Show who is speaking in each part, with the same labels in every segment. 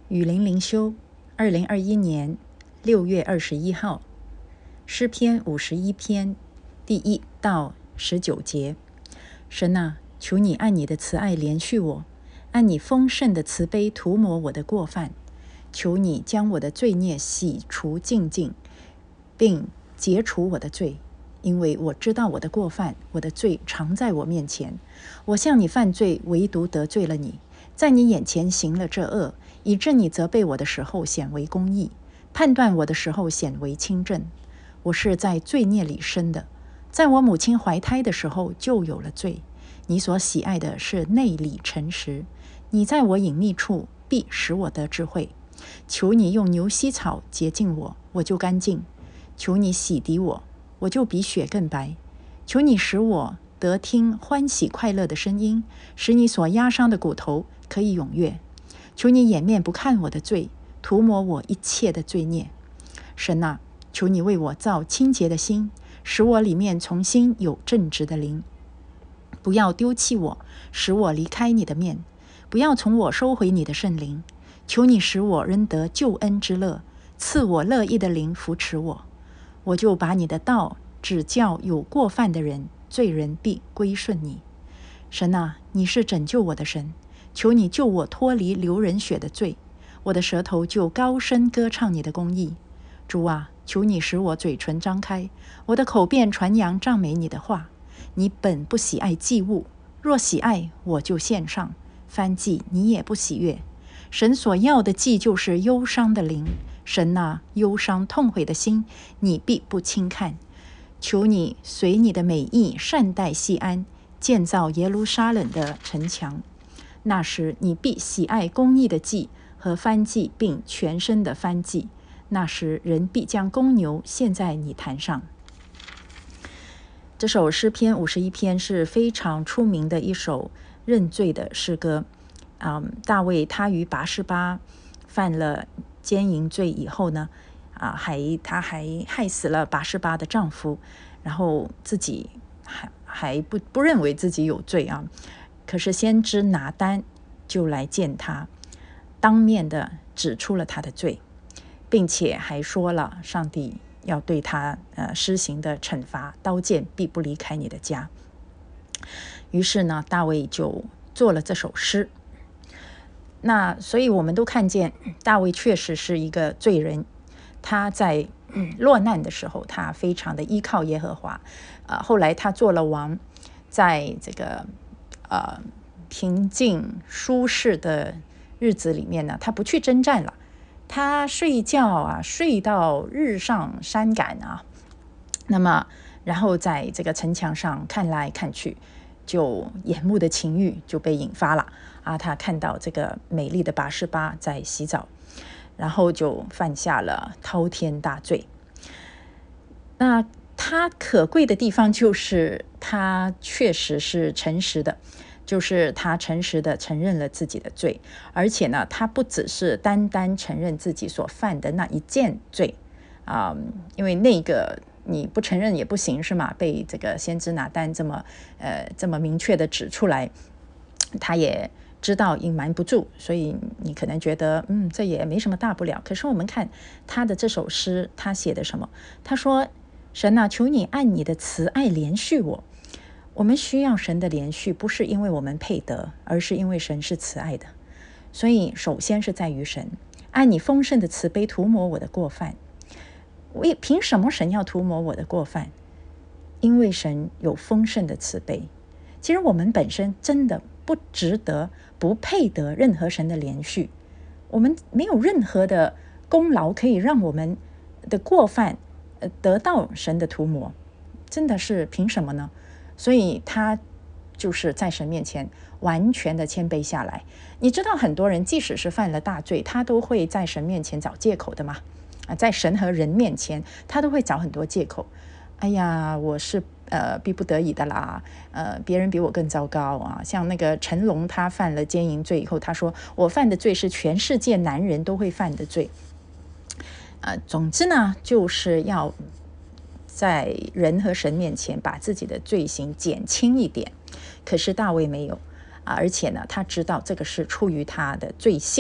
Speaker 1: 雨林灵修2021年6月21号，诗篇51篇第1到19节。神啊，求你按你的慈爱怜恤我，按你丰盛的慈悲涂抹我的过犯。求你将我的罪孽洗除净尽，并解除我的罪，因为我知道我的过犯，我的罪常在我面前。我向你犯罪，唯独得罪了你，在你眼前行了这恶，以致你责备我的时候显为公义，判断我的时候显为清正。我是在罪孽里生的，在我母亲怀胎的时候就有了罪。你所喜爱的是内里诚实，你在我隐秘处必使我得智慧。求你用牛膝草洁净我，我就干净；求你洗涤我，我就比雪更白。求你使我得听欢喜快乐的声音，使你所压伤的骨头可以踊跃。求你掩面不看我的罪，涂抹我一切的罪孽。神啊，求你为我造清洁的心，使我里面重新有正直的灵。不要丢弃我，使我离开你的面，不要从我收回你的圣灵。求你使我仍得救恩之乐，赐我乐意的灵扶持我。我就把你的道指教有过犯的人，罪人必归顺你。神啊，你是拯救我的神，求你救我脱离流人血的罪，我的舌头就高声歌唱你的公义。主啊，求你使我嘴唇张开，我的口便传扬赞美你的话。你本不喜爱祭物，若喜爱，我就献上；燔祭你也不喜悦。神所要的祭就是忧伤的灵，神啊，忧伤痛悔的心，你必不轻看。求你随你的美意善待锡安，建造耶路撒冷的城墙。那时你必喜爱公义的祭和燔祭，并全身的燔祭。那时人必将公牛献在你坛上。这首诗篇51篇是非常出名的一首认罪的诗歌。大卫他与拔示巴犯了奸淫罪以后呢，他还害死了拔示巴的丈夫，然后自己还不认为自己有罪啊。可是先知拿单就来见他，当面的指出了他的罪，并且还说了上帝要对他施行的惩罚，刀剑必不离开你的家。于是呢，大卫就做了这首诗。那所以我们都看见大卫确实是一个罪人，他在落难的时候，他非常的依靠耶和华。后来他做了王，在这个平静舒适的日子里面呢，他不去征战了，他睡觉睡到日上山岗那么然后在这个城墙上看来看去，就眼目的情欲就被引发了他看到这个美丽的拔示巴在洗澡，然后就犯下了滔天大罪。那他可贵的地方就是他确实是诚实的，就是他诚实的承认了自己的罪，而且呢，他不只是单单承认自己所犯的那一件罪因为那个你不承认也不行是吗？被这个先知拿单这么明确的指出来，他也知道隐瞒不住，所以你可能觉得这也没什么大不了。可是我们看他的这首诗，他写的什么？他说，神啊，求你按你的慈爱怜恤我。我们需要神的怜恤，不是因为我们配得，而是因为神是慈爱的。所以首先是在于神，按你丰盛的慈悲涂抹我的过犯。凭什么神要涂抹我的过犯？因为神有丰盛的慈悲。其实我们本身真的不值得，不配得任何神的怜恤，我们没有任何的功劳可以让我们的过犯得到神的涂抹，真的是凭什么呢？所以他就是在神面前完全的谦卑下来。你知道很多人即使是犯了大罪，他都会在神面前找借口的嘛在神和人面前他都会找很多借口。哎呀，我是逼不得已的啦，别人比我更糟糕像那个成龙，他犯了奸淫罪以后，他说我犯的罪是全世界男人都会犯的罪。总之呢，就是要在人和神面前把自己的罪行减轻一点。可是大卫没有而且呢，他知道这个是出于他的罪性，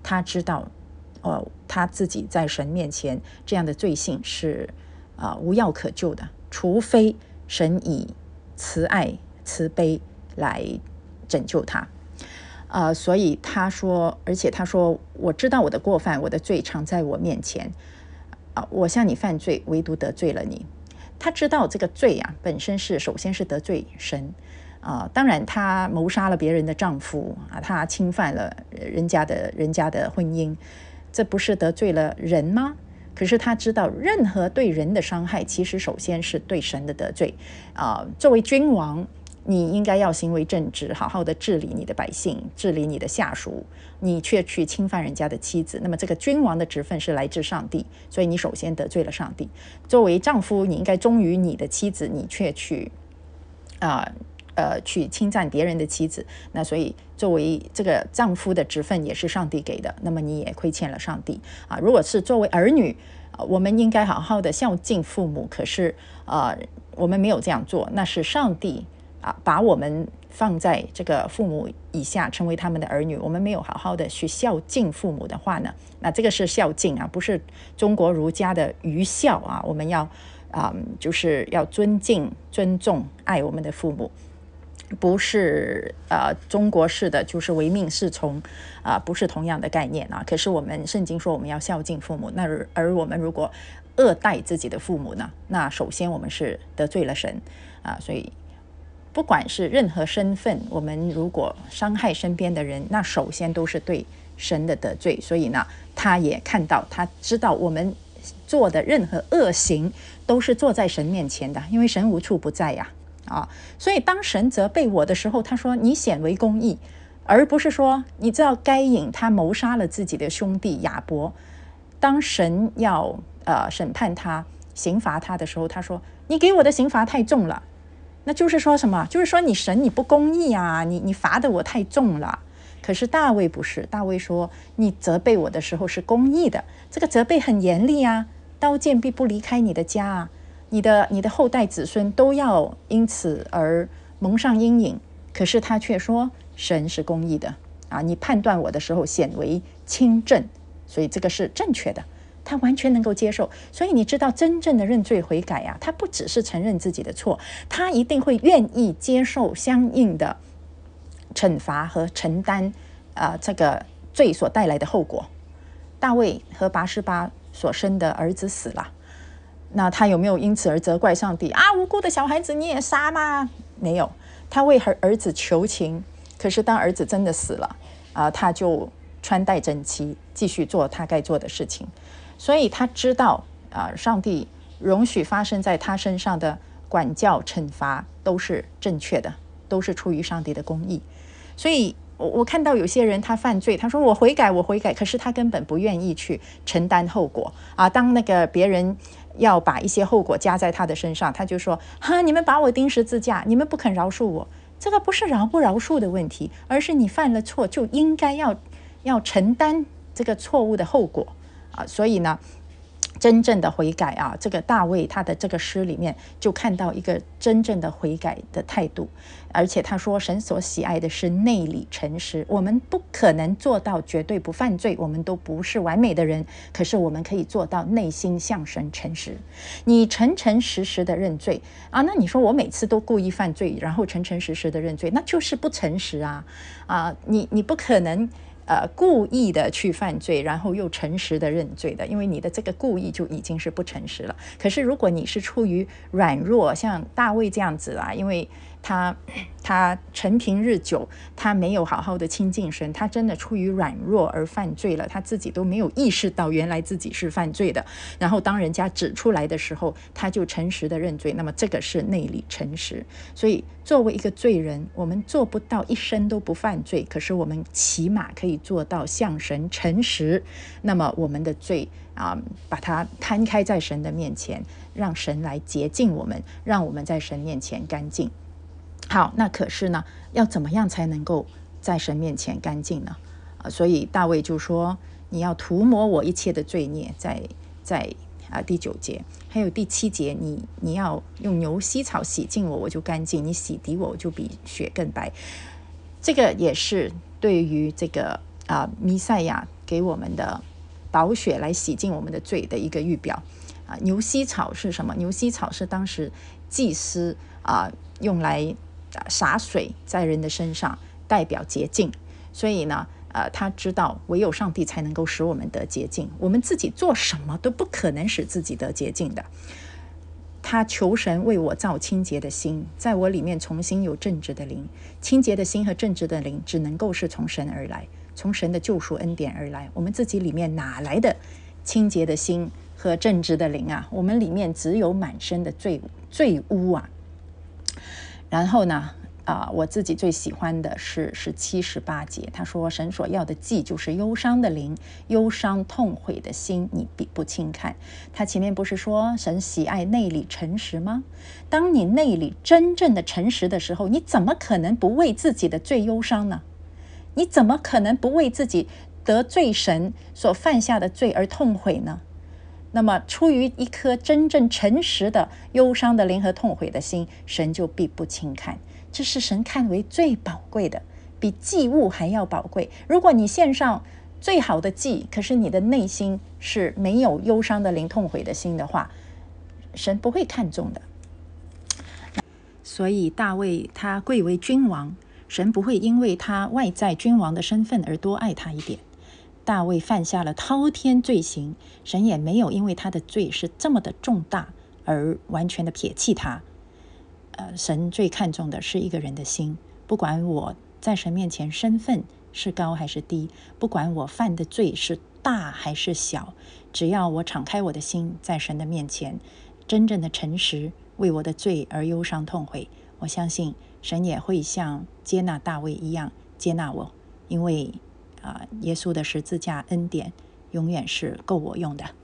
Speaker 1: 他知道他自己在神面前这样的罪性是无药可救的，除非神以慈爱慈悲来拯救他。所以他说，而且他说，我知道我的过犯，我的罪常在我面前，我向你犯罪，唯独得罪了你。他知道这个罪本身是首先是得罪神，当然他谋杀了别人的丈夫，他侵犯了人家的婚姻，这不是得罪了人吗？可是他知道任何对人的伤害其实首先是对神的得罪。作为君王，你应该要行为正直，好好的治理你的百姓，治理你的下属，你却去侵犯人家的妻子，那么这个君王的职分是来自上帝，所以你首先得罪了上帝。作为丈夫，你应该忠于你的妻子，你却去侵占别人的妻子，那所以作为这个丈夫的职分也是上帝给的，那么你也亏欠了上帝。如果是作为儿女，我们应该好好的孝敬父母，可是我们没有这样做，那是上帝把我们放在这个父母以下，成为他们的儿女，我们没有好好的去孝敬父母的话呢，那这个是孝敬不是中国儒家的愚孝我们要就是要尊敬尊重爱我们的父母，不是中国式的就是唯命是从不是同样的概念可是我们圣经说我们要孝敬父母，那而我们如果恶待自己的父母呢，那首先我们是得罪了神所以不管是任何身份，我们如果伤害身边的人，那首先都是对神的得罪。所以呢，他也看到，他知道我们做的任何恶行都是做在神面前的，因为神无处不在所以当神责备我的时候，他说你显为公义，而不是说你知道该隐他谋杀了自己的兄弟亚伯，当神要审判他刑罚他的时候，他说你给我的刑罚太重了，那就是说什么？就是说你神你不公义你罚的我太重了。可是大卫不是，大卫说你责备我的时候是公义的，这个责备很严厉刀剑必不离开你的家你的后代子孙都要因此而蒙上阴影。可是他却说神是公义的你判断我的时候显为清正，所以这个是正确的，他完全能够接受。所以你知道真正的认罪悔改他不只是承认自己的错，他一定会愿意接受相应的惩罚和承担这个罪所带来的后果。大卫和拔示巴所生的儿子死了，那他有没有因此而责怪上帝无辜的小孩子你也杀吗？没有，他为儿子求情。可是当儿子真的死了他就穿戴整齐，继续做他该做的事情。所以他知道上帝容许发生在他身上的管教惩罚都是正确的，都是出于上帝的公义。所以我看到有些人他犯罪，他说我悔改，可是他根本不愿意去承担后果当那个别人要把一些后果加在他的身上，他就说你们把我钉十字架，你们不肯饶恕我。这个不是饶不饶恕的问题，而是你犯了错就应该要承担这个错误的后果所以呢真正的悔改这个大卫他的这个诗里面就看到一个真正的悔改的态度。而且他说神所喜爱的是内里诚实，我们不可能做到绝对不犯罪，我们都不是完美的人，可是我们可以做到内心向神诚实。你诚诚实实的认罪那你说我每次都故意犯罪然后诚诚实实的认罪，那就是不诚实你不可能故意的去犯罪然后又诚实的认罪的，因为你的这个故意就已经是不诚实了。可是如果你是出于软弱，像大卫这样子因为他陈平日久，他没有好好的亲近神，他真的出于软弱而犯罪了，他自己都没有意识到原来自己是犯罪的，然后当人家指出来的时候他就诚实的认罪，那么这个是内里诚实。所以作为一个罪人，我们做不到一生都不犯罪，可是我们起码可以做到向神诚实，那么我们的罪把它摊开在神的面前，让神来洁净我们，让我们在神面前干净。好，那可是呢要怎么样才能够在神面前干净呢所以大卫就说你要涂抹我一切的罪孽，在第9节，还有第7节，你要用牛膝草洗净我，我就干净，你洗涤我，我就比雪更白。这个也是对于这个弥赛亚给我们的宝血来洗净我们的罪的一个预表。牛膝草是什么？牛膝草是当时祭司用来洒水在人的身上，代表洁净。所以呢他知道唯有上帝才能够使我们得洁净，我们自己做什么都不可能使自己得洁净的。他求神为我造清洁的心，在我里面重新有正直的灵。清洁的心和正直的灵只能够是从神而来，从神的救赎恩典而来。我们自己里面哪来的清洁的心和正直的灵啊？我们里面只有满身的罪污啊。然后呢我自己最喜欢的是17、18节，他说神所要的祭就是忧伤的灵，忧伤痛悔的心你必不轻看。他前面不是说神喜爱内里诚实吗？当你内里真正的诚实的时候，你怎么可能不为自己的罪忧伤呢？你怎么可能不为自己得罪神所犯下的罪而痛悔呢？那么出于一颗真正诚实的忧伤的灵和痛悔的心，神就必不轻看。这是神看为最宝贵的，比祭物还要宝贵。如果你献上最好的祭，可是你的内心是没有忧伤的灵痛悔的心的话，神不会看重的。所以大卫他贵为君王，神不会因为他外在君王的身份而多爱他一点。大卫犯下了滔天罪行，神也没有因为他的罪是这么的重大而完全的撇弃他。神最看重的是一个人的心，不管我在神面前身份是高还是低，不管我犯的罪是大还是小，只要我敞开我的心，在神的面前真正的诚实，为我的罪而忧伤痛悔，我相信神也会像接纳大卫一样接纳我，因为耶稣的十字架恩典永远是够我用的。